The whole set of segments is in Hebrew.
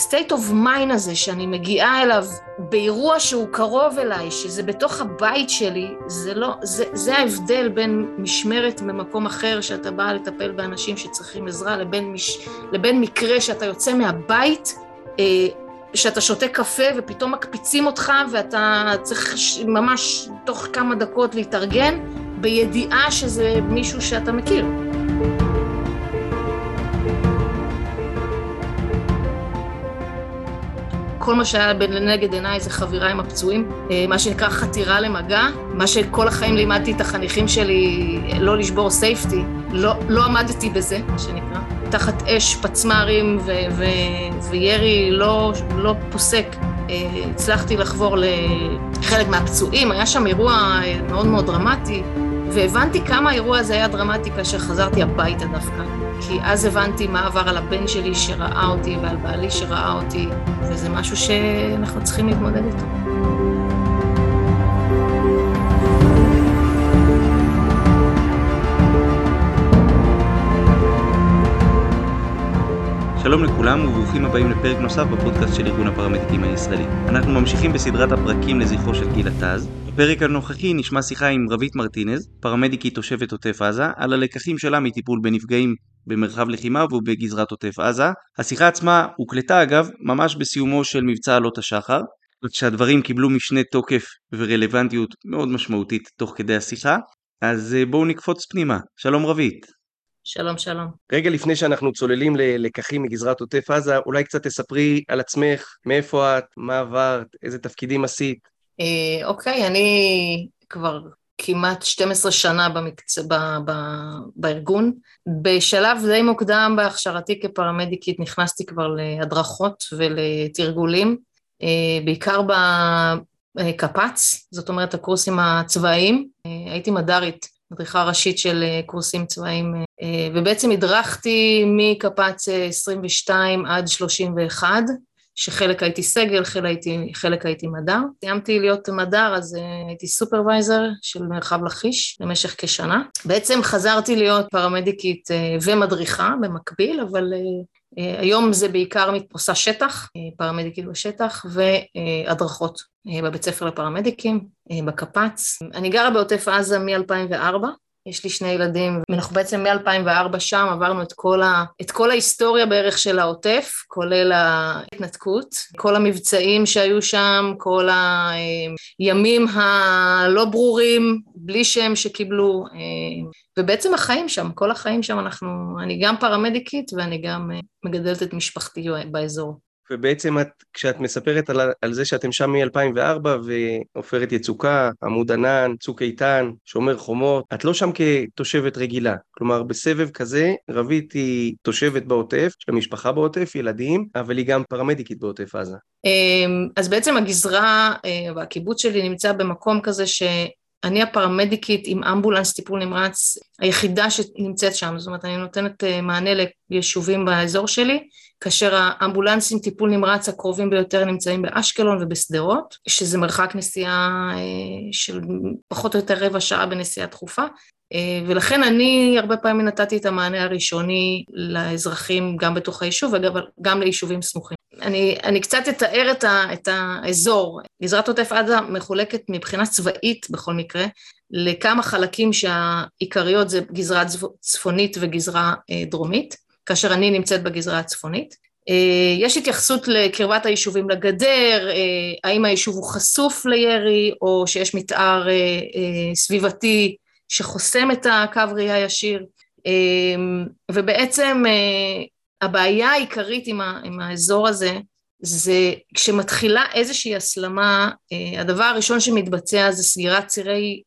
ה-state of mind הזה שאני מגיעה אליו באירוע שהוא קרוב אליי, שזה בתוך הבית שלי, זה ההבדל בין משמרת במקום אחר שאתה בא לטפל באנשים שצריכים עזרה, לבין מקרה שאתה יוצא מהבית, שאתה שותה קפה ופתאום מקפיצים אותך ואתה צריך ממש תוך כמה דקות להתארגן בידיעה שזה מישהו שאתה מכיר. כל מה שהיה לנגד עיניי זה חבירה עם הפצועים, מה שנקרא חתירה למגע, מה שכל החיים לימדתי את החניכים שלי לא לשבור סייפטי, לא עמדתי בזה, מה שנקרא. תחת אש, פצמרים וירי לא פוסק, הצלחתי לחבור לחלק מהפצועים, היה שם אירוע מאוד מאוד דרמטי, והבנתי כמה האירוע הזה היה דרמטי כאשר חזרתי הביתה דווקא. כי אז הבנתי מה עבר על הבן שלי שראה אותי ועל בעלי שראה אותי, וזה משהו שאנחנו צריכים להתמודד איתו. שלום לכולם וברוכים הבאים לפרק נוסף בפודקאסט של ארגון הפרמדיקים הישראלי. אנחנו ממשיכים בסדרת הפרקים לזכרו של גיל עטז. בפרק הנוכחי נשמע שיחה עם רבית מרטינז, פרמדיקית תושבת עוטף עזה, על הלקחים שלה מטיפול בנפגעים במרחב לחימה ובגזרת עוטף עזה. השיחה עצמה הוקלטה אגב ממש בסיומו של מבצע עלות השחר, שהדברים קיבלו משנה תוקף ורלוונטיות מאוד משמעותית תוך כדי השיחה. אז בואו נקפוץ פנימה. שלום רבית. שלום, שלום. רגע לפני שאנחנו צוללים ללקחים מגזרת עוטף עזה, אולי קצת תספרי על עצמך, מאיפה את, מה עברת, איזה תפקידים עשית? אוקיי, אני כבר כמעט 12 שנה בארגון. בשלב די מוקדם בהכשרתי כפרמדיקית נכנסתי כבר להדרכות ולתרגולים, בעיקר בקפ"צ, זאת אומרת הקורסים הצבאיים. הייתי מדריכה ראשית של קורסים צבאיים, ובעצם הדרכתי מקפ"צ 22 עד 31, שחלק הייתי סגל, חלק הייתי מדר. סיימתי להיות מדר, אז הייתי סופרוויזר של מרחב לכיש במשך כשנה. בעצם חזרתי להיות פרמדיקית ומדריכה במקביל, אבל היום זה בעיקר עושה שטח, פרמדיקית בשטח, והדרכות בבית ספר לפרמדיקים, בקפ"צ. אני גרה בעוטף עזה מ-2004, יש לי 2 ילדים, ואנחנו בעצם מ-2004 שם עברנו את כל ההיסטוריה בערך של העוטף, כולל ההתנתקות, כל המבצעים שהיו שם, כל הימים הלא ברורים, בלי שם שקיבלו, ובעצם החיים שם, כל החיים שם אני גם פרמדיקית ואני גם מגדלת את משפחתי באזור. ובעצם כשאת מספרת על זה שאתם שם מ-2004 ועופרת יצוקה, עמוד ענן, צוק איתן, שומר חומות, את לא שם כתושבת רגילה. כלומר, בסבב כזה, רבית היא תושבת בעוטף, יש לה משפחה בעוטף, ילדים, אבל היא גם פרמדיקית בעוטף עזה. אז בעצם הגזרה והקיבוץ שלי נמצא במקום כזה שאני הפרמדיקית עם אמבולנס טיפול נמרץ היחידה שנמצאת שם, זאת אומרת אני נותנת מענה ליישובים באזור שלי, כאשר האמבולנסים טיפול נמרץ הקרובים ביותר נמצאים באשקלון ובסדרות, שזה מרחק נסיעה של פחות או יותר רבע שעה בנסיעה דחופה, ולכן אני הרבה פעמים נתתי את המענה הראשוני לאזרחים גם בתוך היישוב וגם ליישובים סמוכים. אני קצת אתאר את האזור. גזרת עוטף עזה מחולקת מבחינה צבאית בכל מקרה, לכמה חלקים שהעיקריות זה גזרה צפונית וגזרה דרומית, כאשר אני נמצאת בגזרה הצפונית. יש התייחסות לקרבת היישובים לגדר, האם היישוב הוא חשוף לירי, או שיש מתאר סביבתי שחוסם את הקו ראייה ישיר, ובעצם הבעיה העיקרית עם האזור הזה, זה כשמתחילה איזושהי הסלמה, הדבר הראשון שמתבצע זה סגירת צירי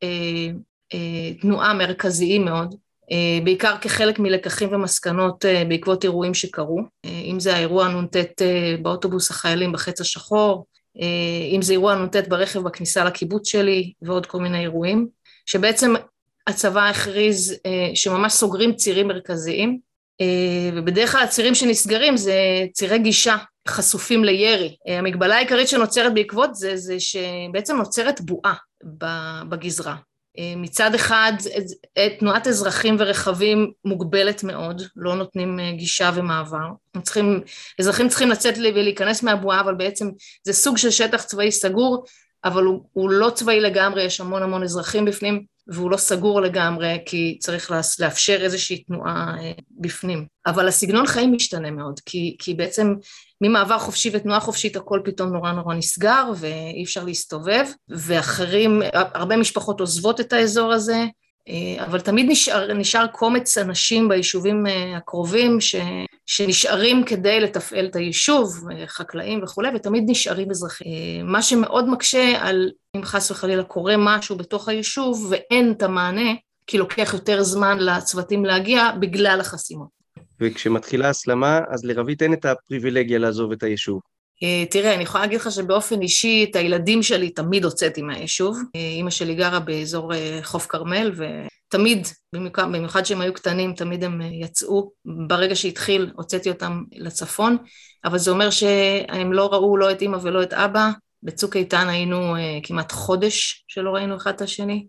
תנועה מרכזיים מאוד, בעיקר כחלק מלקחים ומסקנות בעקבות אירועים שקרו, אם זה האירוע נ"ט באוטובוס החיילים בחץ השחור, אם זה אירוע נ"ט ברכב בכניסה לקיבוץ שלי, ועוד כל מיני אירועים, שבעצם הצבא הכריז שממש סוגרים צירים מרכזיים, ובדרך כלל הצירים שנסגרים זה צירי גישה חשופים לירי. המגבלה העיקרית שנוצרת בעקבות זה שבעצם נוצרת בועה בגזרה. מצד אחד, תנועת אזרחים ורכבים מוגבלת מאוד, לא נותנים גישה ומעבר. אזרחים צריכים לצאת ולהיכנס מהבועה, אבל בעצם זה סוג של שטח צבאי סגור, אבל הוא לא צבאי לגמרי, יש המון אזרחים בפנים, והוא לא סגור לגמרי, כי צריך לאפשר איזושהי תנועה בפנים. אבל הסגנון חיים משתנה מאוד, כי בעצם ממעבר חופשי ותנועה חופשית, הכל פתאום נורא נסגר, ואי אפשר להסתובב, ואחרים, הרבה משפחות עוזבות את האזור הזה, אבל תמיד נשאר קומץ אנשים ביישובים הקרובים, שנשארים כדי לתפעל את היישוב, חקלאים וכו', ותמיד נשארים אזרחים. מה שמאוד מקשה על אם חס וחלילה קורה משהו בתוך היישוב, ואין את המענה, כי לוקח יותר זמן לצוותים להגיע, בגלל החסימות. וכשמתחילה הסלמה, אז לרבית אין את הפריבילגיה לעזוב את היישוב. תראה, אני יכולה להגיד לך שבאופן אישי, את הילדים שלי תמיד הוצאתי מהיישוב. אמא שלי גרה באזור חוף כרמל, ותמיד, במיוחד שהם היו קטנים, תמיד הם יצאו. ברגע שהתחיל, הוצאתי אותם לצפון, אבל זה אומר שהם לא ראו לא את אמא ולא את אבא. בצוק איתן היינו כמעט חודש שלא ראינו אחד את השני,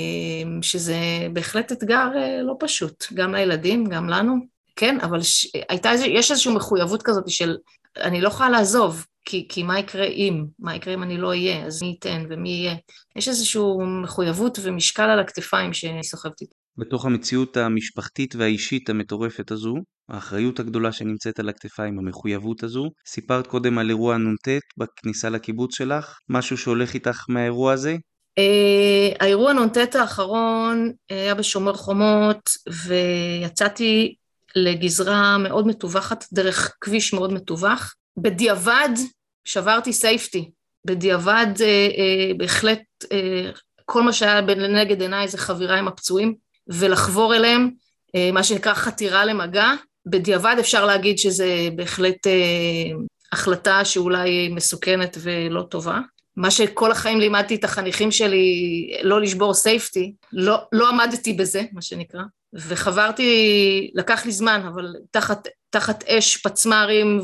שזה בהחלט אתגר לא פשוט, גם לילדים, גם לנו. כן, אבל יש איזושהי מחויבות כזאת של אני לא יכולה לעזוב, כי מה יקרה אם אני לא אהיה, אז מי ייתן ומי יהיה. יש איזושהי מחויבות ומשקל על הכתפיים שסוחבת איתי. בתוך המציאות המשפחתית והאישית המטורפת הזו, האחריות הגדולה שנמצאת על הכתפיים, המחויבות הזו, סיפרת קודם על אירוע נ"ט בכניסה לקיבוץ שלך, משהו שהולך איתך מהאירוע הזה? האירוע נ"ט האחרון היה בשומר חומות, ויצאתי לגזרה מאוד מטווחת, דרך כביש מאוד מטווח. בדיעבד שברתי סייפטי, בדיעבד בהחלט כל מה שהיה לנגד עיניי זה חבירה עם הפצועים, ולחבור אליהם, מה שנקרא חתירה למגע. בדיעבד אפשר להגיד שזה בהחלט החלטה שאולי מסוכנת ולא טובה. מה שכל החיים לימדתי את החניכים שלי, לא לשבור סייפטי, לא עמדתי בזה, מה שנקרא. וחברתי, לקח לי זמן, אבל תחת אש פצמרים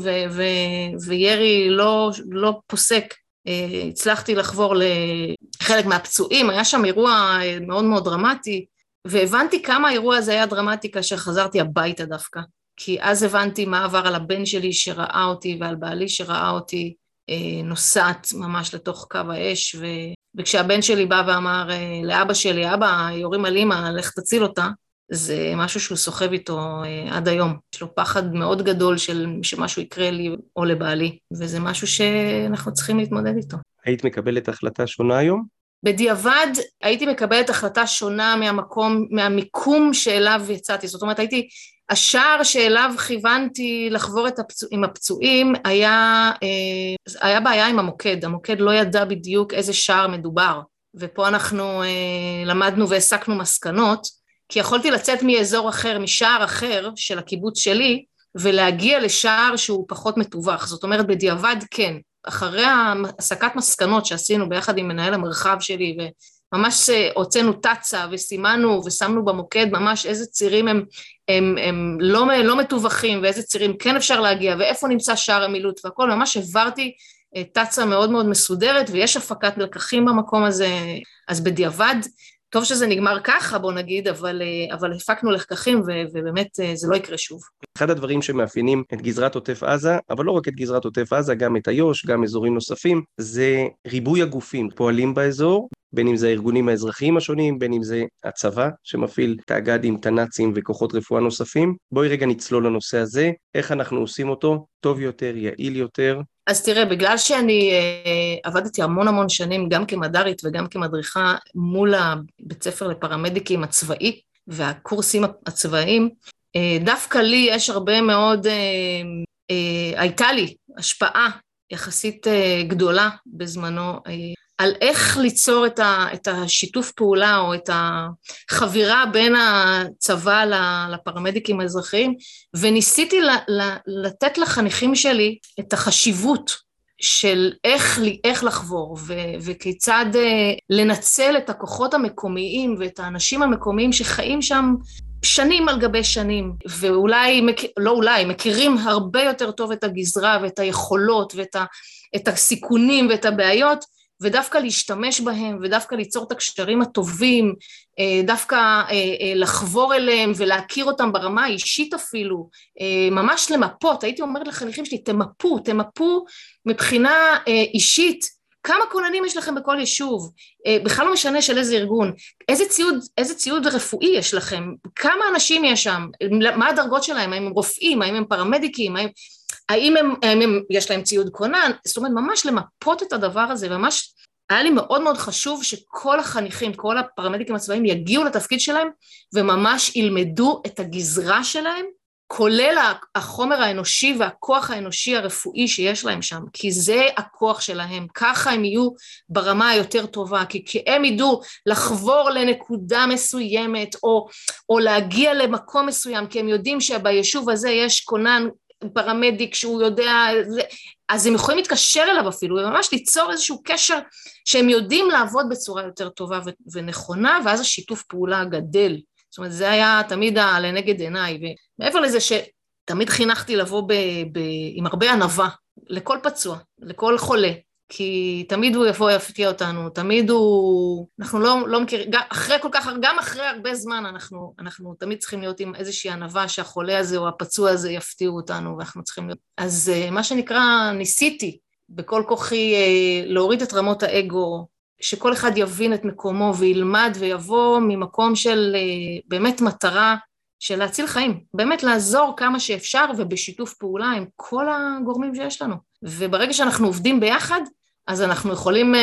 וירי לא פוסק, הצלחתי לחבור לחלק מהפצועים, היה שם אירוע מאוד מאוד דרמטי, והבנתי כמה האירוע הזה היה דרמטי כאשר חזרתי הביתה דווקא, כי אז הבנתי מה עבר על הבן שלי שראה אותי ועל בעלי שראה אותי נוסעת ממש לתוך קו האש, וכשהבן שלי בא ואמר לאבא שלי, אבא, יורים על אמא, לך תציל אותה, זה משהו שהוא סוחב איתו עד היום. יש לו פחד מאוד גדול שמשהו יקרה לי או לבעלי, וזה משהו שאנחנו צריכים להתמודד איתו. היית מקבלת החלטה שונה היום? בדיעבד הייתי מקבלת החלטה שונה מהמיקום שאליו יצאתי. זאת אומרת, השער שאליו כיוונתי לחבור עם הפצועים היה בעיה עם המוקד. המוקד לא ידע בדיוק איזה שער מדובר, ופה אנחנו למדנו והסקנו מסקנות, כי יכולתי לצאת מאזור אחר, משער אחר של הקיבוץ שלי, ולהגיע לשער שהוא פחות מטווח. זאת אומרת, בדיעבד כן. אחרי הסקת מסקנות שעשינו ביחד עם מנהל המרחב שלי, וממש הוצאנו תצה וסימנו ושמנו במוקד ממש איזה צירים הם לא מטווחים, ואיזה צירים כן אפשר להגיע, ואיפה נמצא שער המילוט והכל, ממש עברתי תצה מאוד מאוד מסודרת, ויש הפקת לקחים במקום הזה, אז בדיעבד, טוב שזה נגמר ככה, בוא נגיד, אבל הפקנו לקחים, ובאמת זה לא יקרה שוב. אחד הדברים שמאפיינים את גזרת עוטף עזה, אבל לא רק את גזרת עוטף עזה, גם את איו"ש, גם אזורים נוספים, זה ריבוי הגופים פועלים באזור, בין אם זה הארגונים האזרחיים השונים, בין אם זה הצבא שמפעיל תאג"דים, תנ"צים וכוחות רפואה נוספים. בואי רגע נצלול לנושא הזה, איך אנחנו עושים אותו טוב יותר, יעיל יותר. אז תראה, בגלל שאני עבדתי המון שנים, גם כמד"רית וגם כמדריכה מול הבית ספר לפרמדיקים הצבאי, והקורסים הצבאיים, דווקא לי יש הרבה מאוד, הייתה לי השפעה יחסית גדולה בזמנו, על איך ליצור את השיתוף פעולה או את החבירה בין הצבא לפרמדיקים האזרחיים, וניסיתי לתת לחניכים שלי את החשיבות של איך לחבור, וכיצד לנצל את הכוחות המקומיים ואת האנשים המקומיים שחיים שם שנים על גבי שנים, ואולי, לא אולי, מכירים הרבה יותר טוב את הגזרה ואת היכולות ואת הסיכונים ואת הבעיות, ודווקא להשתמש בהם, ודווקא ליצור את הקשרים הטובים, דווקא לחבור אליהם ולהכיר אותם ברמה האישית אפילו, ממש למפות, הייתי אומרת לחניכים שלי, תמפו מבחינה אישית, כמה כוננים יש לכם בכל יישוב, בכלל לא משנה של איזה ארגון, איזה ציוד רפואי יש לכם, כמה אנשים יש שם, מה הדרגות שלהם, האם הם רופאים, האם הם פרמדיקים, האם יש להם ציוד כונן, זאת אומרת ממש למפות את הדבר הזה, ממש היה לי מאוד מאוד חשוב שכל החניכים, כל הפרמדיקים הצבאיים יגיעו לתפקיד שלהם, וממש ילמדו את הגזרה שלהם, כולל החומר האנושי והכוח האנושי הרפואי שיש להם שם, כי זה הכוח שלהם, ככה הם יהיו ברמה היותר טובה, כי הם ידעו לחבור לנקודה מסוימת, או להגיע למקום מסוים, כי הם יודעים שביישוב הזה יש כונן פרמדיק שהוא יודע, אז הם יכולים להתקשר אליו אפילו, וממש ליצור איזשהו קשר שהם יודעים לעבוד בצורה יותר טובה ונכונה, ואז השיתוף פעולה גדל. זאת אומרת, זה היה תמיד לנגד עיניי, ומעבר לזה שתמיד חינכתי לבוא עם הרבה ענווה, לכל פצוע, לכל חולה, כי תמיד הוא יבוא יפתיע אותנו, תמיד אנחנו לא מכירים, גם אחרי הרבה זמן אנחנו תמיד צריכים להיות עם איזושהי ענווה שהחולה הזה או הפצוע הזה יפתיעו אותנו, ואנחנו צריכים להיות. אז מה שנקרא, ניסיתי בכל כוחי להוריד את רמות האגו, שכל אחד יבין את מקומו וילמד ויבוא ממקום של באמת מטרה של להציל חיים, באמת לעזור כמה שאפשר ובשיתוף פעולה עם כל הגורמים שיש לנו. וברגע שאנחנו עובדים ביחד, אז אנחנו יכולים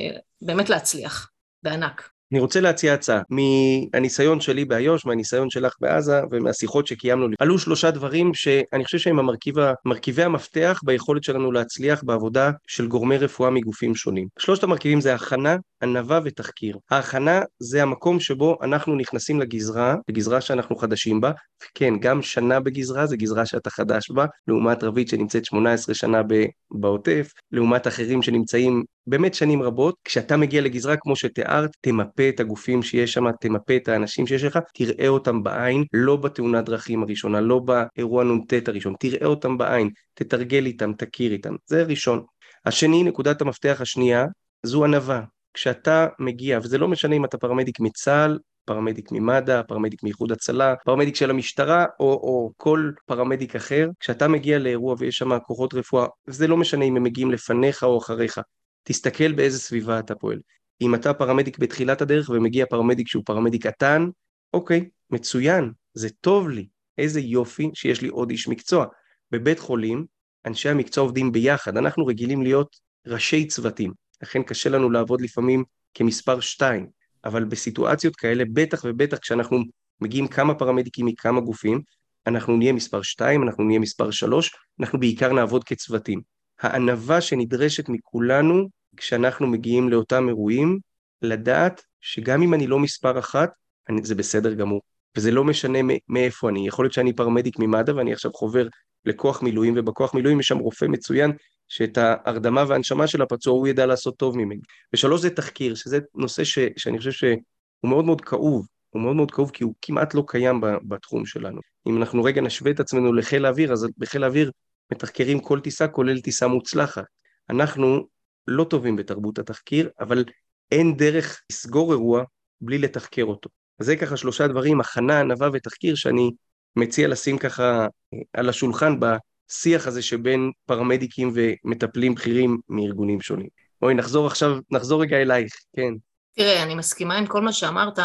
באמת להצליח בענק. אני רוצה להציע הצעה, מהניסיון שלי באיו"ש, מהניסיון שלך בעזה, ומהשיחות שקיימנו, עלו 3 דברים שאני חושב שהם מרכיבי המפתח ביכולת שלנו להצליח בעבודה של גורמי רפואה מגופים שונים. 3 המרכיבים זה הכנה, ענווה ותחקיר. ההכנה זה המקום שבו אנחנו נכנסים לגזרה שאנחנו חדשים בה, וכן, גם שנה בגזרה, זה גזרה שאתה חדש בה, לעומת רבית שנמצאת 18 שנה בעוטף, לעומת אחרים שנמצאים באמת שנים רבות. כשאתה מגיע לגזרה, כמו שתיארת, תמפה את הגופים שיש שם, תמפה את האנשים שיש לך, תראה אותם בעין, לא בתאונת דרכים הראשונה, לא באירוע נ"ט הראשון, תראה אותם בעין, תתרגל איתם, תכיר איתם, זה ראשון. השני, נקודת המפתח השנייה, זו ענווה. כשאתה מגיע, וזה לא משנה אם אתה פרמדיק מצה"ל, פרמדיק ממד"א, פרמדיק מאיחוד הצלה, פרמדיק של המשטרה, או כל פרמדיק אחר, כשאתה מגיע לאירוע ויש שם כוחות רפואה, וזה לא משנה אם הם מגיעים לפניך או אחריך, תסתכל באיזה סביבה אתה פועל. אם אתה פרמדיק בתחילת הדרך ומגיע פרמדיק שהוא פרמדיק קטן, אוקיי, מצוין, זה טוב לי, איזה יופי שיש לי עוד איש מקצוע. בבית חולים, אנשי המקצוע עובדים ביחד, אנחנו רגילים להיות ראשי צוותים, לכן קשה לנו לעבוד לפעמים כמספר 2, אבל בסיטואציות כאלה, בטח ובטח כשאנחנו מגיעים כמה פרמדיקים מכמה גופים, אנחנו נהיה מספר 2, אנחנו נהיה מספר 3, אנחנו בעיקר נעבוד כצוותים. הענווה שנדרשת מכולנו, כשאנחנו מגיעים לאותם אירועים, לדעת שגם אם אני לא מספר 1, זה בסדר גמור, וזה לא משנה מאיפה אני. יכול להיות שאני פרמדיק ממד"א, ואני עכשיו חובר לכוח מילואים, ובכוח מילואים יש שם רופא מצוין, שאת ההרדמה וההנשמה של הפצוע הוא ידע לעשות טוב ממני. ו3 זה תחקיר, שזה נושא שאני חושב שהוא מאוד מאוד כאוב, הוא מאוד מאוד כאוב כי הוא כמעט לא קיים בתחום שלנו. אם אנחנו רגע נשווה את עצמנו לחיל האוויר, אז בחיל האוויר מתחקרים כל טיסה, כולל טיסה מוצלחת. אנחנו לא טובים בתרבות התחקיר, אבל אין דרך לסגור אירוע בלי לתחקר אותו. אז זה ככה 3 דברים, הכנה, ענווה ותחקיר, שאני מציע לשים ככה על השולחן בשיח הזה שבין פרמדיקים ומטפלים בכירים מארגונים שונים. בואי, נחזור רגע אלייך, כן. תראה, אני מסכימה עם כל מה שאמרת,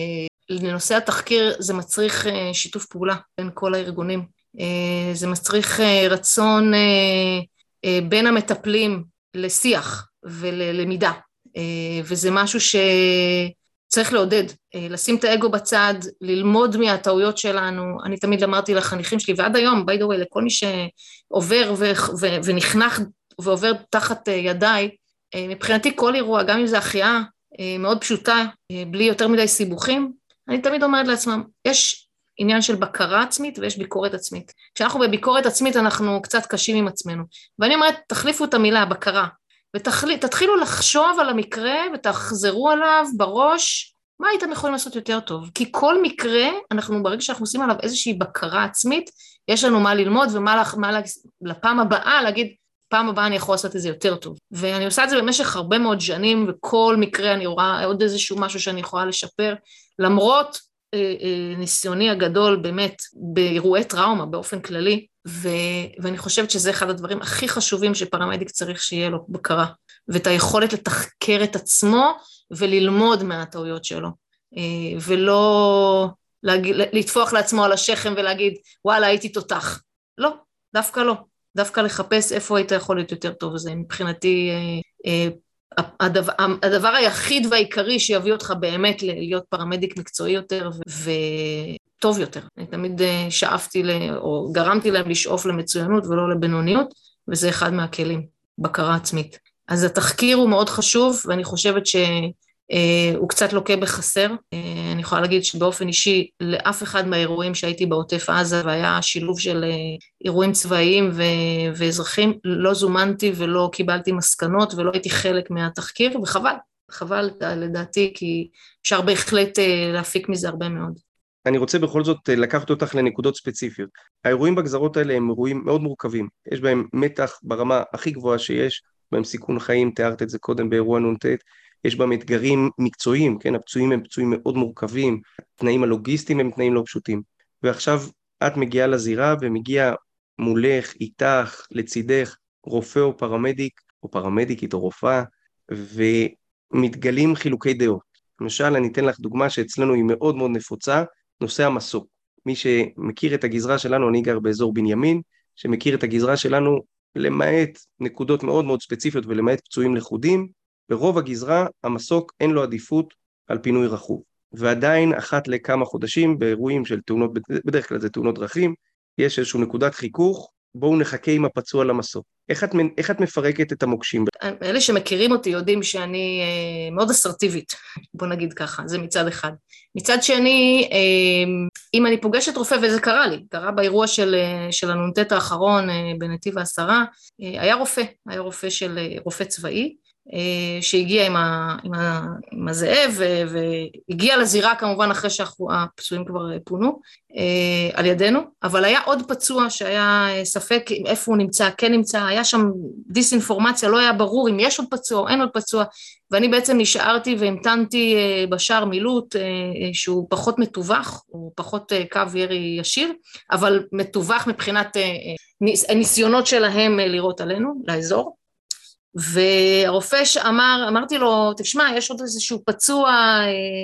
לנושא התחקיר זה מצריך שיתוף פעולה בין כל הארגונים, זה מצריך רצון בין המטפלים לשיח וללמידה, וזה משהו שצריך לעודד, לשים את האגו בצד, ללמוד מהטעויות שלנו. אני תמיד אמרתי לחניכים שלי, ועד היום, by the way, לכל מי שעובר ונחנך ועובר תחת ידיי, מבחינתי כל אירוע, גם אם זה החייאה מאוד פשוטה, בלי יותר מדי סיבוכים, אני תמיד אומרת לעצמם, יש עניין של בקרה עצמית ויש ביקורת עצמית. כשאנחנו בביקורת עצמית אנחנו קצת קשים עם עצמנו, ואני אומרת, תחליפו את המילה בקרה, ותתחילו לחשוב על המקרה ותחזרו עליו בראש, מה הייתם יכולים לעשות יותר טוב? כי כל מקרה, ברגע שאנחנו עושים עליו איזושהי בקרה עצמית, יש לנו מה ללמוד ומה לפעם הבאה להגיד, פעם הבאה אני יכול לעשות את זה יותר טוב. ואני עושה את זה במשך הרבה מאוד שנים, וכל מקרה אני רואה עוד איזשהו משהו שאני יכולה לשפר, למרות ניסיוני הגדול באמת באירועי טראומה באופן כללי, ואני חושבת שזה אחד הדברים הכי חשובים שפרמדיק צריך שיהיה לו בקרה, ואת היכולת לתחקר את עצמו וללמוד מהטעויות שלו, ולא לתפוח לעצמו על השכם ולהגיד, וואלה, הייתי תותח. לא, דווקא לא. דווקא לחפש איפה היית יכול להיות יותר טוב. זה מבחינתי הדבר היחיד והעיקרי שיביא אותך באמת להיות פרמדיק מקצועי יותר וטוב יותר. אני תמיד שאפתי או גרמתי להם לשאוף למצוינות ולא לבינוניות, וזה אחד מהכלים, בקרה עצמית. אז התחקיר הוא מאוד חשוב, ואני חושבת שהוא קצת לוקה בחסר. אני יכולה להגיד שבאופן אישי, לאף אחד מהאירועים שהייתי בעוטף עזה, והיה שילוב של אירועים צבאיים ואזרחים, לא זומנתי ולא קיבלתי מסקנות, ולא הייתי חלק מהתחקיר, וחבל, חבל לדעתי, כי אפשר בהחלט להפיק מזה הרבה מאוד. אני רוצה בכל זאת לקחת אותך לנקודות ספציפיות. האירועים בגזרות האלה הם אירועים מאוד מורכבים, יש בהם מתח ברמה הכי גבוהה שיש, בהם סיכון חיים, תיארת את זה קודם באירוע נ"ט, יש בהם אתגרים מקצועיים, כן, הפצועים הם פצועים מאוד מורכבים, התנאים הלוגיסטיים הם תנאים לא פשוטים, ועכשיו את מגיעה לזירה ומגיע מולך, איתך, לצידך, רופא או פרמדיק, או פרמדיקית או רופאה, ומתגלים חילוקי דעות. למשל, אני אתן לך דוגמה שאצלנו היא מאוד מאוד נפוצה, נושא המסוק. מי שמכיר את הגזרה שלנו, אני גר באזור בנימין, שמכיר את הגזרה שלנו, למעט נקודות מאוד מאוד ספציפיות ולמעט פצועים לחודים, ברוב הגזרה המסוק אין לו עדיפות על פינוי רכוב. ועדיין אחת לכמה חודשים באירועים של תאונות, בדרך כלל זה תאונות דרכים, יש איזושהי נקודת חיכוך, בואו נחכה עם הפצוע למסוק. איך את מפרקת את המוקשים? אלה שמכירים אותי יודעים שאני מאוד אסרטיבית, בוא נגיד ככה, זה מצד אחד. מצד שני, אם אני פוגשת רופא, וזה קרה לי, קרה באירוע של הנ"ט האחרון בנתיב העשרה, היה רופא רופא צבאי, שהגיע עם הזאב, והגיע לזירה כמובן אחרי שהפצועים כבר פונו על ידינו, אבל היה עוד פצוע שהיה ספק איפה הוא נמצא, כן נמצא, היה שם דיסאינפורמציה, לא היה ברור אם יש עוד פצוע או אין עוד פצוע, ואני בעצם נשארתי והמתנתי בשער מילוט, שהוא פחות מתווך, הוא פחות קו ירי ישיר, אבל מתווך מבחינת הניסיונות שלהם לראות עלינו, לאזור, והרופא אמרתי לו, תשמע, יש עוד איזשהו פצוע,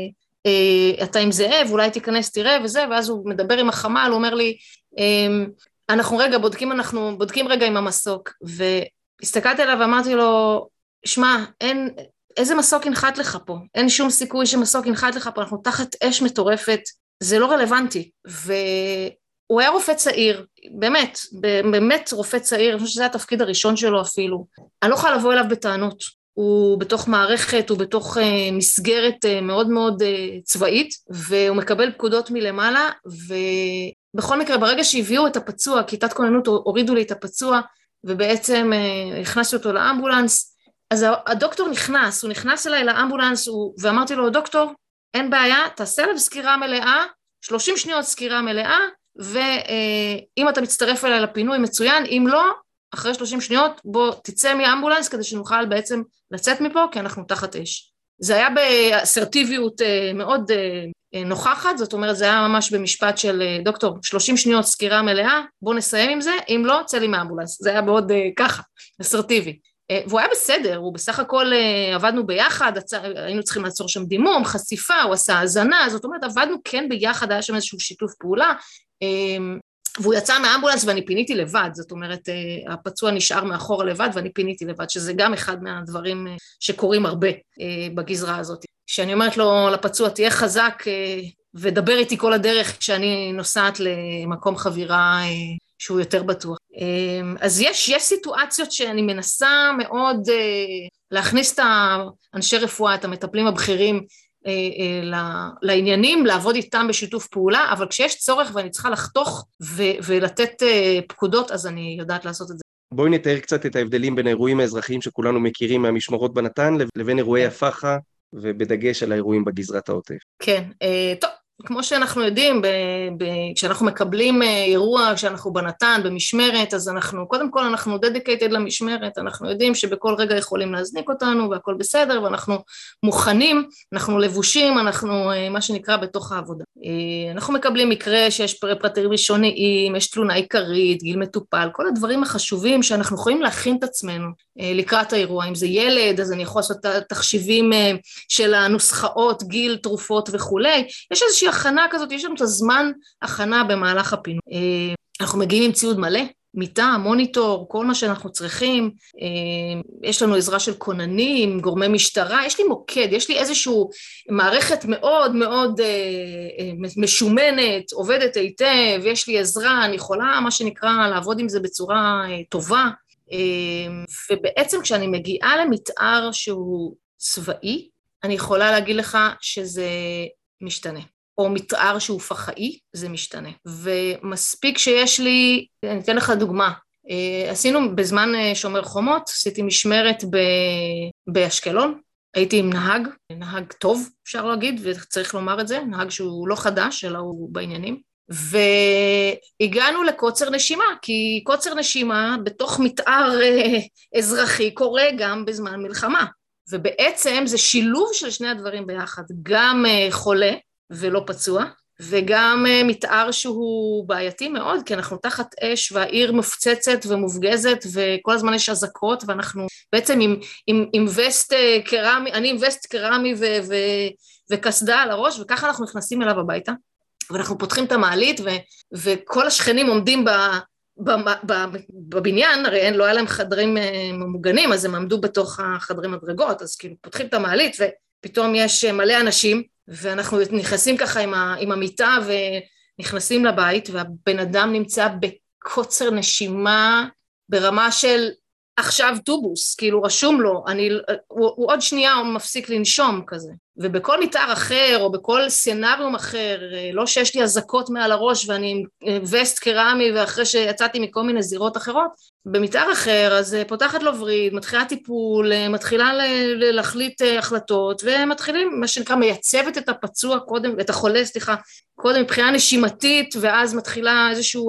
אתה עם זאב, אולי תיכנס תראה וזה, ואז הוא מדבר עם החמ"ל, הוא אומר לי, אנחנו בודקים רגע עם המסוק, והסתכלתי עליו ואמרתי לו, שמע, איזה מסוק ינחת לך פה? אין שום סיכוי שמסוק ינחת לך פה, אנחנו תחת אש מטורפת, זה לא רלוונטי, הוא היה רופא צעיר, באמת רופא צעיר, אני חושב שזה התפקיד הראשון שלו אפילו. אני לא יכולה לבוא אליו בטענות, הוא בתוך מערכת, הוא בתוך מסגרת מאוד מאוד צבאית, והוא מקבל פקודות מלמעלה, ובכל מקרה, ברגע שהביאו את הפצוע, כיתת כוננות הורידו לי את הפצוע, ובעצם הכנסתי אותו לאמבולנס, אז הדוקטור הוא נכנס אליי לאמבולנס, ואמרתי לו, דוקטור, אין בעיה, תעשה עליו סקירה מלאה, 30 שניות סקירה מלאה, ואם אתה מצטרף אליי לפינוי מצוין, אם לא, אחרי 30 שניות, בוא תצא מאמבולנס, כדי שנוכל בעצם לצאת מפה, כי אנחנו תחת אש. זה היה באסרטיביות מאוד נוכחת, זאת אומרת, זה היה ממש במשפט של דוקטור, 30 שניות סקירה מלאה, בוא נסיים עם זה, אם לא, צא לי מאמבולנס. זה היה מאוד ככה, אסרטיבי. והוא היה בסדר, הוא בסך הכל עבדנו ביחד, היינו צריכים לעצור שם דימום, חשיפה, הוא עשה הזנה, זאת אומרת, עבדנו כן ביחד, היה שם איזשהו שיתוף פעולה, והוא יצא מהאמבולנס ואני פיניתי לבד, זאת אומרת, הפצוע נשאר מאחורה לבד ואני פיניתי לבד, שזה גם אחד מהדברים שקורים הרבה בגזרה הזאת. שאני אומרת לו לפצוע, תהיה חזק ודבר איתי כל הדרך כשאני נוסעת למקום חבירה שהוא יותר בטוח. אז יש סיטואציות שאני מנסה מאוד להכניס את האנשי רפואה, את המטפלים הבכירים לעניינים, לעבוד איתם בשיתוף פעולה, אבל כשיש צורך ואני צריכה לחתוך ולתת פקודות, אז אני יודעת לעשות את זה. בואי נתאר קצת את ההבדלים בין האירועים האזרחיים שכולנו מכירים מהמשמרות בנתן, לבין אירועי הפחה, ובדגש על האירועים בגזרת העוטף. כן, טוב, כמו שאנחנו יודעים, כשאנחנו מקבלים אירוע, כשאנחנו בנתן, במשמרת, אז קודם כל אנחנו dedicated למשמרת, אנחנו יודעים שבכל רגע יכולים להזניק אותנו, והכל בסדר, ואנחנו מוכנים, אנחנו לבושים, אנחנו מה שנקרא בתוך העבודה. אנחנו מקבלים מקרה שיש פרטים ראשוניים, יש תלונה עיקרית, גיל מטופל, כל הדברים החשובים שאנחנו יכולים להכין את עצמנו לקראת האירוע. אם זה ילד, אז אני יכול לעשות תחשיבים של הנוסחאות, גיל, תרופות וכולי. יש איזושהי הכנה כזאת, יש לנו את הזמן הכנה במהלך הפינוי. אנחנו מגיעים עם ציוד מלא, מיטה, מוניטור, כל מה שאנחנו צריכים, יש לנו עזרה של כוננים, גורמי משטרה, יש לי מוקד, יש לי איזושהי מערכת מאוד מאוד משומנת, עובדת היטב, יש לי עזרה, אני יכולה מה שנקרא לעבוד עם זה בצורה טובה, ובעצם כשאני מגיעה למתאר שהוא צבאי, אני יכולה להגיד לך שזה משתנה. או מתאר שהוא פחאי, זה משתנה. ומספיק שיש לי, אני אתן לך דוגמה, עשינו בזמן שומר חומות, עשיתי משמרת באשקלון, הייתי עם נהג טוב, אפשר להגיד, וצריך לומר את זה, נהג שהוא לא חדש, אלא הוא בעניינים, והגענו לקוצר נשימה, כי קוצר נשימה בתוך מתאר אזרחי קורה גם בזמן מלחמה, ובעצם זה שילוב של שני הדברים ביחד, גם חולה, ולא פצוע, וגם מתאר שהוא בעייתי מאוד, כי אנחנו תחת אש, והעיר מופצצת ומופגזת, וכל הזמן יש אזעקות, ואנחנו בעצם עם וסט קרמי, אני עם וסט קרמי וקסדה על הראש, וככה אנחנו נכנסים אליו הביתה, ואנחנו פותחים את המעלית, וכל השכנים עומדים בבניין, הרי לא היה להם חדרים ממוגנים, אז הם עמדו בתוך החדרים מדרגות, אז כאילו פותחים את המעלית, ופתאום יש מלא אנשים, ואנחנו נכנסים ככה עם המיטה ונכנסים לבית, והבן אדם נמצא בקוצר נשימה ברמה של עכשיו טובוס, כאילו רשום לו, הוא עוד שנייה הוא מפסיק לנשום כזה. ובכל מתאר אחר או בכל סצנריום אחר, לא שיש לי אזעקות מעל הראש ואני עם וסט קרמי ואחרי שיצאתי מכל מיני זירות אחרות, במתאר אחר אז פותחת לו וריד, מתחילה טיפול, מתחילה להחליט החלטות ומתחילים מה שנקרא מייצבת את הפצוע קודם, את החולה סליחה, קודם מבחינה נשימתית ואז מתחילה איזשהו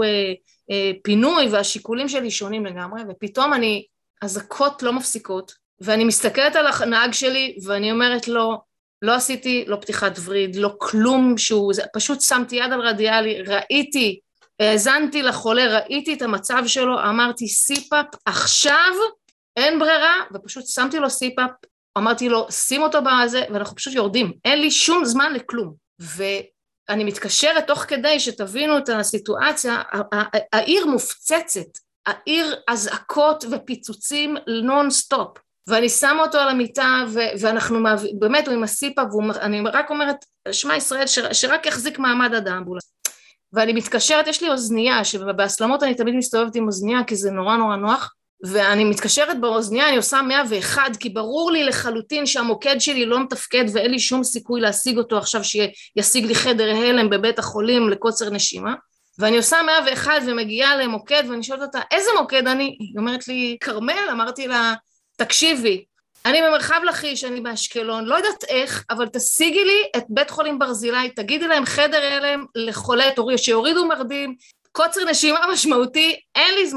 פינוי והשיקולים שלי שונים לגמרי ופתאום אזעקות לא מפסיקות ואני מסתכלת על הנהג שלי ואני אומרת לו, לא עשיתי, לא פתיחת וריד, לא כלום פשוט שמתי יד על רדיאלי, ראיתי, האזנתי לחולה, ראיתי את המצב שלו, אמרתי סיפאפ, עכשיו אין ברירה, ופשוט שמתי לו סיפאפ, אמרתי לו שים אותו בזה, ואנחנו פשוט יורדים, אין לי שום זמן לכלום, ואני מתקשרת תוך כדי שתבינו את הסיטואציה, העיר מופצצת, העיר אזעקות ופיצוצים נון סטופ, ואני שמה אותו על המיטה, ואנחנו באמת, הוא עם הסיפה, ואני רק אומרת, שמע ישראל, שרק יחזיק מעמד עד האמבולנס. ואני מתקשרת, יש לי אוזנייה, שבהסלמות אני תמיד מסתובבת עם אוזנייה, כי זה נורא נורא נוח, ואני מתקשרת באוזנייה, אני עושה 101, כי ברור לי לחלוטין שהמוקד שלי לא מתפקד, ואין לי שום סיכוי להשיג אותו עכשיו, שישיג לי חדר הלם בבית החולים לקוצר נשימה, ואני עושה 101 ומגיעה למוקד, ואני שואלת אותה, איזה מוקד אני? היא אומרת לי, קרמל, אמרתי לה, תקשיבי, אני במרחב לכיש, אני באשקלון, לא יודעת איך, אבל תשיגי לי את בית חולים ברזילי, תגידי להם חדר הלם לחולה, שיורידו מרדים, קוצר נשימה משמעותי, אין לי זמן.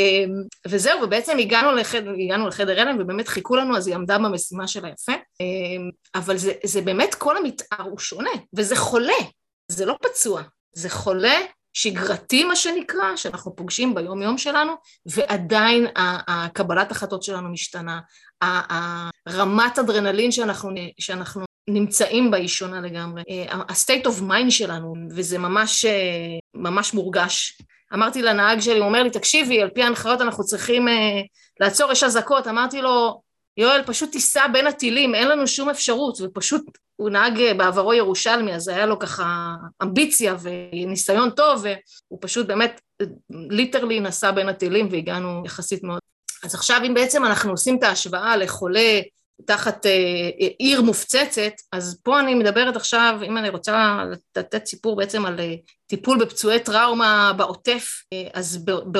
וזהו, ובעצם הגענו לחדר הלם, ובאמת חיכו לנו, אז היא עמדה במשימה שלה יפה, אבל זה באמת כל המתאר הוא שונה, וזה חולה, זה לא פצוע, זה חולה, שגרתי מה שנקרא, שאנחנו פוגשים ביום יום שלנו, ועדיין הקבלת החלטות שלנו משתנה, הרמת אדרנלין שאנחנו נמצאים בה היא שונה לגמרי, ה-state of mind שלנו, וזה ממש מורגש. אמרתי לנהג שלי, הוא אומר לי, תקשיבי, על פי ההנחיות אנחנו צריכים לעצור, יש אזעקות, אמרתי לו, יואל, פשוט תיסע בין הטילים, אין לנו שום אפשרות, ופשוט הוא נהג בעברו ירושלמי, אז היה לו ככה אמביציה וניסיון טוב, והוא פשוט באמת ליטרלי נסע בין הטילים, והגענו יחסית מאוד. אז עכשיו אם בעצם אנחנו עושים את ההשוואה לחולה תחת עיר מופצצת, אז פה אני מדברת עכשיו, אם אני רוצה לתת סיפור בעצם על טיפול בפצועי טראומה בעוטף, אז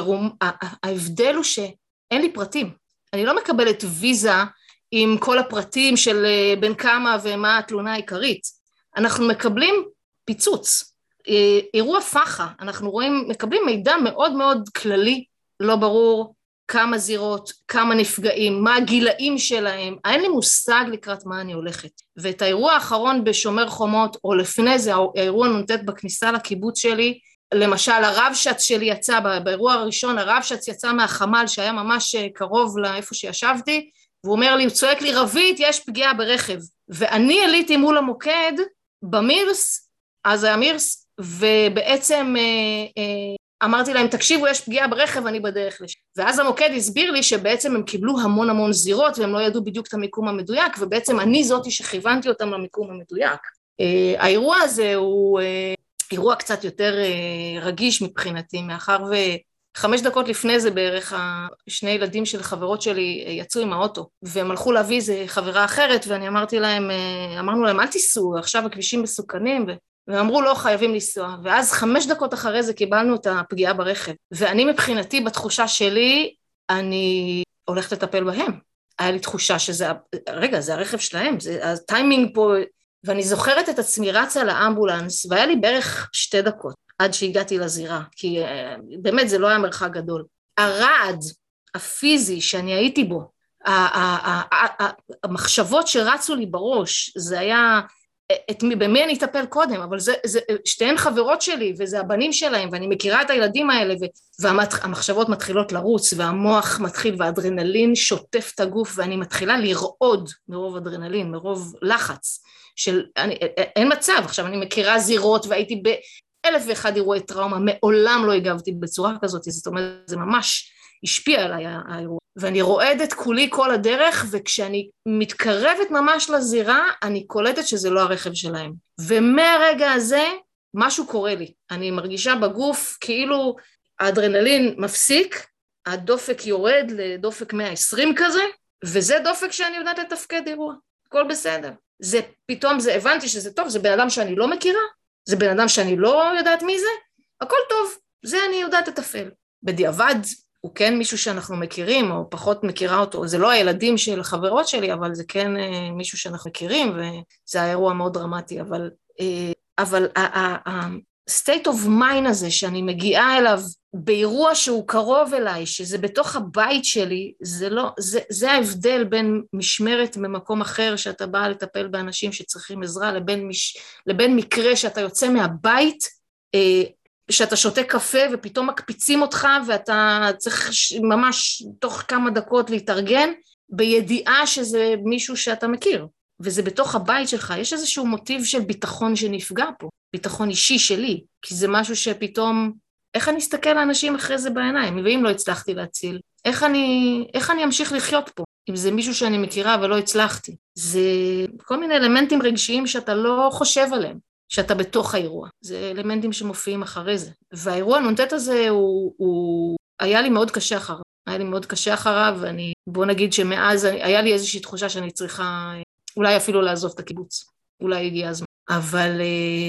ההבדל הוא שאין לי פרטים. אני לא מקבלת ויזה עם כל הפרטים של בין כמה ומה התלונה העיקרית. אנחנו מקבלים פיצוץ. אירוע פחה, אנחנו מקבלים מידע מאוד מאוד כללי, לא ברור כמה זירות, כמה נפגעים, מה הגילאים שלהם, אין לי מושג לקראת מה אני הולכת. ואת האירוע האחרון בשומר חומות, או לפני זה, האירוע נונתת בכניסה לקיבוץ שלי, למשל הרבש"ץ שלי יצא, באירוע הראשון הרבש"ץ יצא מהחמ"ל שהיה ממש קרוב לאיפה שישבתי, והוא אומר לי, הוא צועק לי, רבית, יש פגיעה ברכב. ואני עליתי מול המוקד במירס, אז היה מירס, ובעצם אמרתי להם, תקשיבו, יש פגיעה ברכב, אני בדרך לשם. ואז המוקד הסביר לי שבעצם הם קיבלו המון המון זירות, והם לא ידעו בדיוק את המיקום המדויק, ובעצם אני זאתי שכיוונתי אותם למיקום המדויק. האירוע הזה הוא אירוע קצת יותר רגיש מבחינתי, מאחר 5 דקות לפני זה בערך, שני ילדים של חברות שלי יצאו עם האוטו, והם הלכו להביא איזה חברה אחרת, ואני אמרנו להם, אל תיסעו, עכשיו הכבישים מסוכנים, והם אמרו, לא, חייבים לנסוע, ואז 5 דקות אחרי זה קיבלנו את הפגיעה ברכב, ואני מבחינתי, בתחושה שלי, אני הולכת לטפל בהם. היה לי תחושה שזה, רגע, זה הרכב שלהם, זה הטיימינג פה, ואני זוכרת את עצמי רצה לאמבולנס, והיה לי בערך 2 דקות, עד שהגעתי לזירה, כי באמת זה לא היה מרחק גדול. הרעד הפיזי שאני הייתי בו, המחשבות שרצו לי בראש, זה היה, במי אני אטפל קודם, אבל שתיהן חברות שלי, וזה הבנים שלהם, ואני מכירה את הילדים האלה, והמחשבות מתחילות לרוץ, והמוח מתחיל, והאדרנלין שוטף את הגוף, ואני מתחילה לרעוד מרוב אדרנלין, מרוב לחץ, אין מצב, עכשיו אני מכירה זירות, והייתי ב1,001 אירועי טראומה, מעולם לא הגבתי בצורה כזאת, זאת אומרת, זה ממש השפיע עליי האירוע, ואני רועדת כולי כל הדרך, וכשאני מתקרבת ממש לזירה, אני קולטת שזה לא הרכב שלהם, ומהרגע הזה, משהו קורה לי, אני מרגישה בגוף, כאילו האדרנלין מפסיק, הדופק יורד לדופק 120 כזה, וזה דופק שאני יודעת לתפקד אירוע, הכל בסדר, פתאום הבנתי שזה טוב, זה בן אדם שאני לא מכירה, זה בן אדם שאני לא יודעת מי זה, הכל טוב, זה אני יודעת לתפעל. בדיעבד, הוא כן מישהו שאנחנו מכירים, או פחות מכירה אותו, זה לא הילדים של חברות שלי, אבל זה כן מישהו שאנחנו מכירים, וזה האירוע מאוד דרמטי, אבל ה-state of mind הזה, שאני מגיעה אליו, באירוע שהוא קרוב אליי, שזה בתוך הבית שלי, זה ההבדל בין משמרת ממקום אחר, שאתה בא לטפל באנשים שצריכים עזרה, לבין מקרה שאתה יוצא מהבית, שאתה שותה קפה ופתאום מקפיצים אותך, ואתה צריך ממש תוך כמה דקות להתארגן, בידיעה שזה מישהו שאתה מכיר, וזה בתוך הבית שלך, יש איזשהו מוטיב של ביטחון שנפגע פה, ביטחון אישי שלי, כי זה משהו שפתאום, איך אני אסתכל לאנשים אחרי זה בעיניים, ואם לא הצלחתי להציל, איך אני אמשיך לחיות פה, אם זה מישהו שאני מכירה ולא הצלחתי, זה כל מיני אלמנטים רגשיים שאתה לא חושב עליהם, שאתה בתוך האירוע, זה אלמנטים שמופיעים אחרי זה, והאירוע הנונתת הזה הוא היה לי מאוד קשה אחריו, בוא נגיד שמאז היה לי איזושהי תחושה שאני צריכה, אולי אפילו לעזוב את הקיבוץ, אולי הגיע הזמן, אבל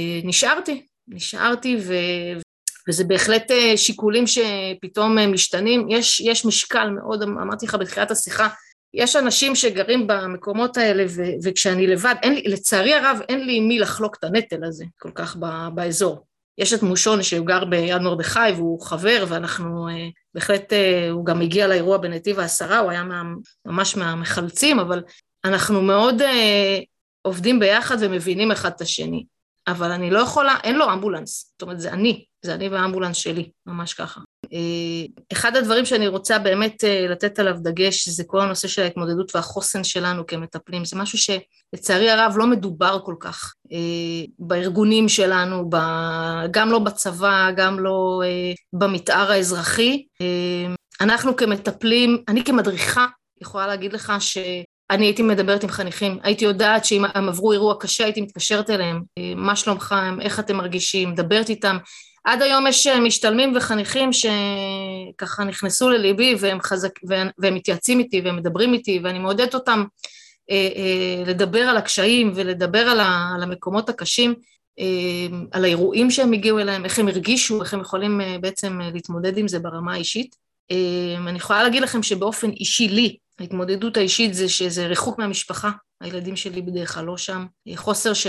נשארתי וזה בהחלט שיקולים שפתאום משתנים, יש משקל מאוד, אמרתי לך בתחילת השיחה, יש אנשים שגרים במקומות האלה, וכשאני לבד, לצערי הרב, אין לי מי לחלוק את הנטל הזה, כל כך באזור. יש את מושון שהוא גר ביד מרדכי, והוא חבר, ואנחנו בהחלט, הוא גם הגיע לאירוע בנתיב העשרה, הוא היה ממש מהמחלצים, אבל אנחנו מאוד עובדים ביחד ומבינים אחד את השני. אבל אני לא יכולה, אין לו אמבולנס, זאת אומרת, זה אני והאמבולנס שלי, ממש ככה. אחד הדברים שאני רוצה באמת לתת עליו דגש, זה כל הנושא של ההתמודדות והחוסן שלנו כמטפלים, זה משהו שלצערי הרב לא מדובר כל כך בארגונים שלנו, גם לא בצבא, גם לא במתאר האזרחי. אנחנו כמטפלים, אני כמדריכה יכולה להגיד לך אני הייתי מדברת עם חניכים, הייתי יודעת שאם הם עברו אירוע קשה, הייתי מתקשרת אליהם, מה שלומך, איך אתם מרגישים, מדברת איתם, עד היום יש משתלמים וחניכים שככה נכנסו לליבי, והם מתייעצים איתי, והם מדברים איתי, ואני מעודדת אותם לדבר על הקשיים, ולדבר על המקומות הקשים, על האירועים שהם הגיעו אליהם, איך הם הרגישו, איך הם יכולים בעצם להתמודד עם זה ברמה האישית. אני יכולה להגיד לכם שבאופן אישי לי, ההתמודדות האישית זה שזה ריחוק מהמשפחה, הילדים שלי בדרך כלל לא שם, חוסר שינה,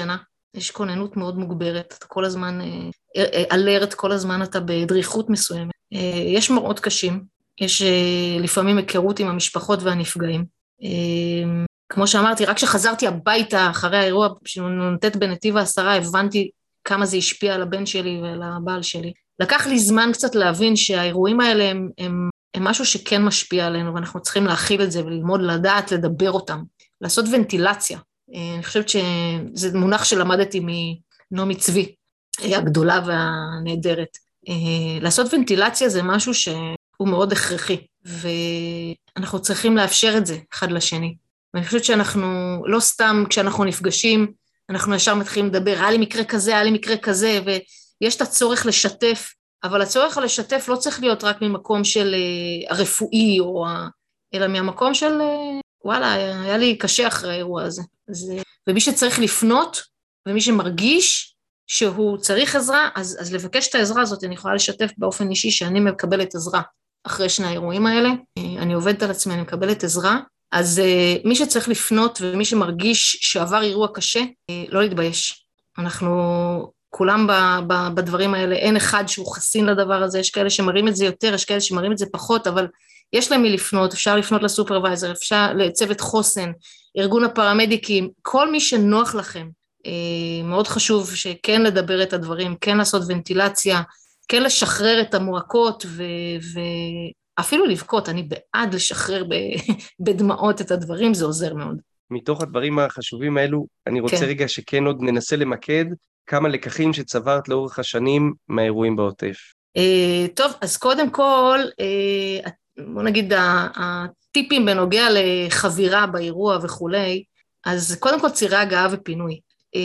יש כוננות מאוד מוגברת, אתה כל הזמן אלרט, כל הזמן אתה בדריכות מסוימת. יש מראות קשים, יש לפעמים היכרות עם המשפחות והנפגעים. כמו שאמרתי, רק כשחזרתי הביתה אחרי האירוע שנונתת בנתיב העשרה, הבנתי כמה זה השפיע על הבן שלי ועל הבעל שלי. לקח לי זמן קצת להבין שהאירועים האלה הם משהו שכן משפיע עלינו, ואנחנו צריכים להכיל את זה וללמוד לדעת, לדבר אותם, לעשות ונטילציה. אני חושבת שזה מונח שלמדתי מנעמי צבי, הגדולה והנהדרת. לעשות ונטילציה זה משהו שהוא מאוד הכרחי, ואנחנו צריכים לאפשר את זה אחד לשני. ואני חושבת שאנחנו, לא סתם כשאנחנו נפגשים, אנחנו ישר מתחילים לדבר, היה לי מקרה כזה, היה לי מקרה כזה, ויש את הצורך לשתף, אבל הצורך לשתף לא צריך להיות רק ממקום של הרפואי, אלא מהמקום של, וואלה, היה לי קשה אחרי האירוע הזה. ומי שצריך לפנות, ומי שמרגיש שהוא צריך עזרה, אז לבקש את העזרה הזאת, אני יכולה לשתף באופן אישי שאני מקבלת עזרה אחרי שני האירועים האלה, אני עובדת על עצמי, אני מקבלת עזרה, אז מי שצריך לפנות ומי שמרגיש שעבר אירוע קשה, לא להתבייש. אנחנו כולם בדברים האלה, אין אחד שהוא חסין לדבר הזה, יש כאלה שמראים את זה יותר, יש כאלה שמראים את זה פחות, אבל יש להם מי לפנות, אפשר לפנות לסופרוויזר, אפשר לצוות חוסן, ארגון הפרמדיקים, כל מי שנוח לכם. מאוד חשוב שכן לדבר את הדברים, כן לעשות ונטילציה, כן לשחרר את המועקות אפילו לבכות, אני בעד לשחרר בדמעות את הדברים, זה עוזר מאוד. מתוך הדברים החשובים האלו, אני רוצה רגע שכן עוד ננסה למקד כמה לקחים שצברת לאורך השנים מהאירועים בעוטף. טוב, אז קודם כל, בוא נגיד, הטיפים בנוגע לחבירה באירוע וכולי, אז קודם כל צירי הגעה ופינוי.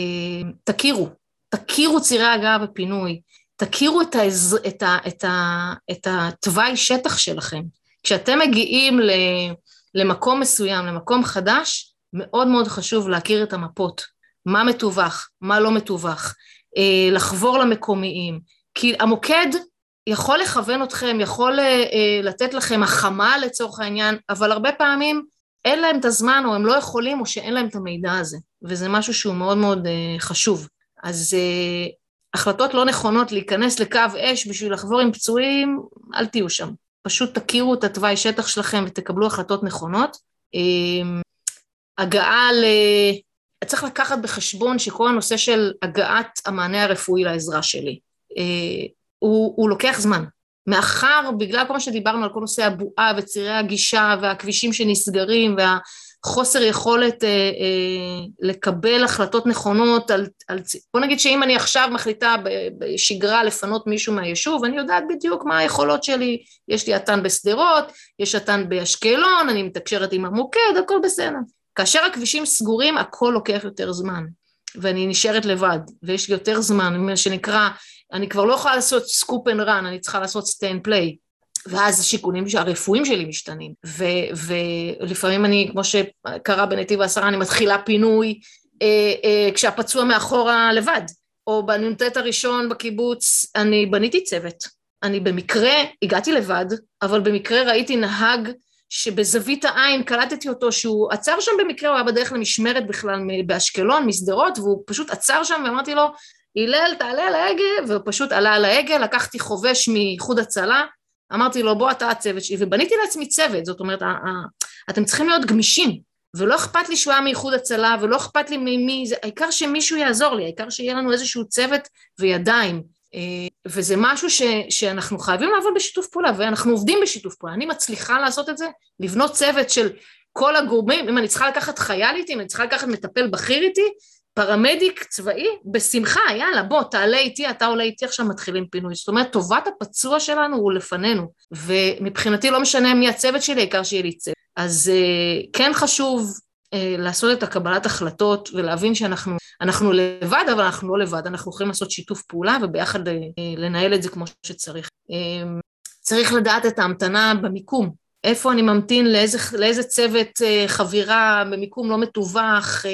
תכירו צירי הגעה ופינוי, תכירו את התוואי שטח שלכם. כשאתם מגיעים למקום מסוים, למקום חדש, מאוד מאוד חשוב להכיר את המפות, מה מתווך, מה לא מתווך, לחבור למקומיים, כי המוקד יכול לכוון אתכם, יכול לתת לכם החמה לצורך העניין, אבל הרבה פעמים אין להם את הזמן, או הם לא יכולים, או שאין להם את המידע הזה, וזה משהו שהוא מאוד מאוד חשוב. אז החלטות לא נכונות להיכנס לקו אש בשביל לחבור עם פצועים, אל תהיו שם. פשוט תכירו את התוואי שטח שלכם ותקבלו החלטות נכונות. הגעה צריך לקחת בחשבון שכל הנושא של הגעת המענה הרפואי לעזרה שלי, הוא לוקח זמן. מאחר, בגלל כל מה שדיברנו על כל נושא הבועה וצירי הגישה והכבישים שנסגרים והחוסר יכולת לקבל החלטות נכונות בוא נגיד שאם אני עכשיו מחליטה בשגרה לפנות מישהו מהיישוב, אני יודעת בדיוק מה היכולות שלי, יש לי עתן בסדרות, יש עתן באשקלון, אני מתקשרת עם המוקד, הכל בסדר. כאשר הכבישים סגורים, הכל לוקח יותר זמן, ואני נשארת לבד, ויש לי יותר זמן, מה שנקרא, אני כבר לא יכולה לעשות סקופ אנד רן, אני צריכה לעשות סטי אנד פליי, ואז השיקולים הרפואיים שלי משתנים, ולפעמים אני, כמו שקרה בנתיב העשרה, אני מתחילה פינוי, כשהפצוע מאחורה לבד, או בנ"ט הראשון בקיבוץ, אני בניתי צוות, אני במקרה הגעתי לבד, אבל במקרה ראיתי נהג, שבזווית העין קלטתי אותו, שהוא עצר שם במקרה, הוא היה בדרך למשמרת בכלל באשקלון, מסדרות, והוא פשוט עצר שם, ואמרתי לו, הלל, תעלה על ההגה, והוא פשוט עלה על ההגה, לקחתי חובש מאיחוד הצלה, אמרתי לו, בוא אתה הצוות שלי, ובניתי לעצמי צוות, זאת אומרת, אתם צריכים להיות גמישים, ולא אכפת לי שהוא היה מאיחוד הצלה, ולא אכפת לי ממי, העיקר שמישהו יעזור לי, העיקר שיהיה לנו איזשהו צוות וידיים, וזה משהו שאנחנו חייבים לעבוד בשיתוף פעולה, ואנחנו עובדים בשיתוף פעולה, אני מצליחה לעשות את זה, לבנות צוות של כל הגורמים, אם אני צריכה לקחת חייל איתי, אם אני צריכה לקחת מטפל בכיר איתי, פרמדיק צבאי, בשמחה, יאללה, בוא, תעלה איתי, אתה עולה איתי, עכשיו מתחילים פינוי, זאת אומרת, טובת הפצוע שלנו הוא לפנינו, ומבחינתי לא משנה מי הצוות שלי, העיקר שיהיה לי צוות, אז כן חשוב לעשות את הקבלת החלטות, ולהבין שאנחנו לבד, אבל אנחנו לא לבד, אנחנו יכולים לעשות שיתוף פעולה, וביחד לנהל את זה כמו שצריך. צריך לדעת את ההמתנה במיקום, איפה אני ממתין, לאיזה צוות חבירה, במיקום לא מתווך,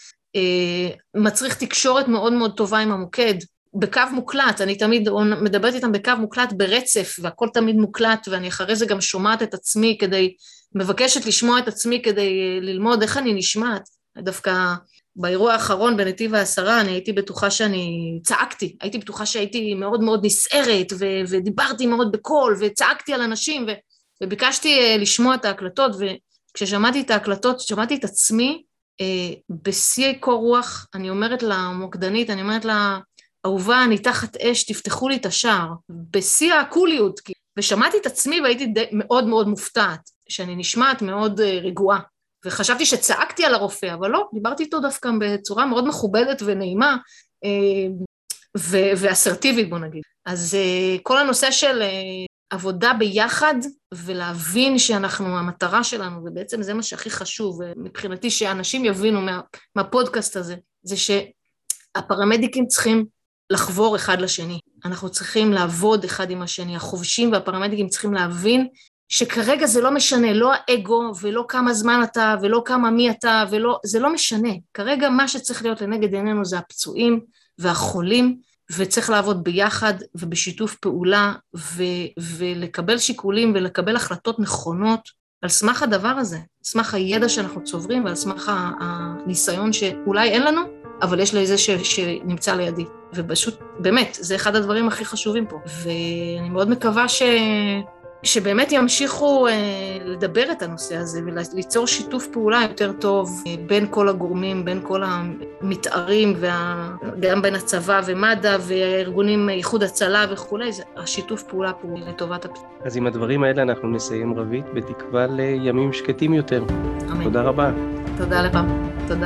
מצריך תקשורת מאוד מאוד טובה עם המוקד, בקו מוקלט, אני תמיד מדברת איתם בקו מוקלט ברצף, והכל תמיד מוקלט, ואני אחרי זה גם שומעת את עצמי מבקשת לשמוע את עצמי כדי ללמוד איך אני נשמעת, דווקא באירוע האחרון בנתיב העשרה, אני הייתי בטוחה שאני צעקתי, הייתי בטוחה שהייתי מאוד מאוד נסערת, ודיברתי מאוד בקול, וצעקתי על אנשים, וביקשתי לשמוע את ההקלטות, וכששמעתי את ההקלטות, שמעתי את עצמי, בשיא קור רוח, אני אומרת למוקדנית, אני אומרת לה, אהובה, אני תחת אש, תפתחו לי את השער, בשיא הקוליות, ושמעתי את עצמי והייתי מאוד מאוד מופתעת, שאני נשמעת מאוד רגועה, וחשבתי שצעקתי על הרופא, אבל לא, דיברתי איתו דווקא בצורה מאוד מכובדת ונעימה, ואסרטיבית בוא נגיד. אז כל הנושא של עבודה ביחד, ולהבין שאנחנו, המטרה שלנו, ובעצם זה מה שהכי חשוב, מבחינתי שאנשים יבינו מהפודקאסט הזה, זה שהפרמדיקים צריכים לחבור אחד לשני, אנחנו צריכים לעבוד אחד עם השני, החובשים והפרמדיקים צריכים להבין, שכרגע זה לא משנה, לא האגו, ולא כמה זמן אתה, ולא כמה מי אתה, זה לא משנה, כרגע מה שצריך להיות לנגד עינינו זה הפצועים והחולים, וצריך לעבוד ביחד ובשיתוף פעולה, ולקבל שיקולים ולקבל החלטות נכונות, על סמך הדבר הזה, על סמך הידע שאנחנו צוברים, ועל סמך הניסיון שאולי אין לנו, אבל יש לזה שנמצא לידי, ופשוט, באמת, זה אחד הדברים הכי חשובים פה, ואני מאוד מקווה שבאמת ימשיכו לדבר את הנושא הזה, וליצור שיתוף פעולה יותר טוב בין כל הגורמים, בין כל המתארים, גם בין הצבא ומד"א, והארגונים איחוד הצלה וכו', השיתוף פעולה פה לטובת הפתרון. אז עם הדברים האלה אנחנו נסיים רבית, בתקווה לימים שקטים יותר. אמן. תודה רבה. תודה לך, תודה.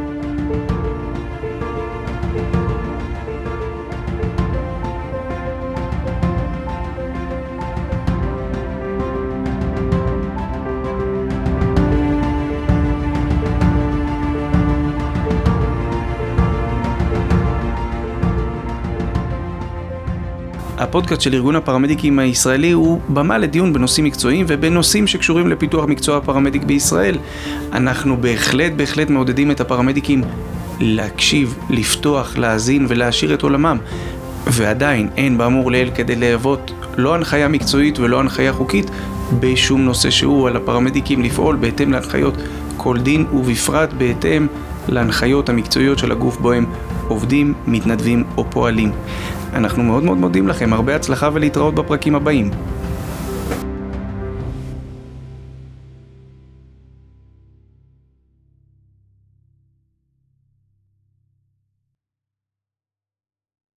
הפודקאסט של ארגון הפרמדיקים הישראלי הוא במה לדיון בנושאים מקצועיים ובנושאים שקשורים לפיתוח מקצוע הפרמדיק בישראל. אנחנו בהחלט מעודדים את הפרמדיקים להקשיב, לפתוח, להאזין ולהשאיר את עולמם. ועדיין אין באמור לעיל כדי להוות לא הנחיה מקצועית ולא הנחיה חוקית בשום נושא שהוא, על הפרמדיקים לפעול בהתאם להנחיות כל דין, ובפרט בהתאם להנחיות המקצועיות של הגוף בו הם עובדים, מתנדבים או פועלים. אנחנו מאוד מודים לכם, הרבה הצלחה ולהתראות בפרקים הבאים.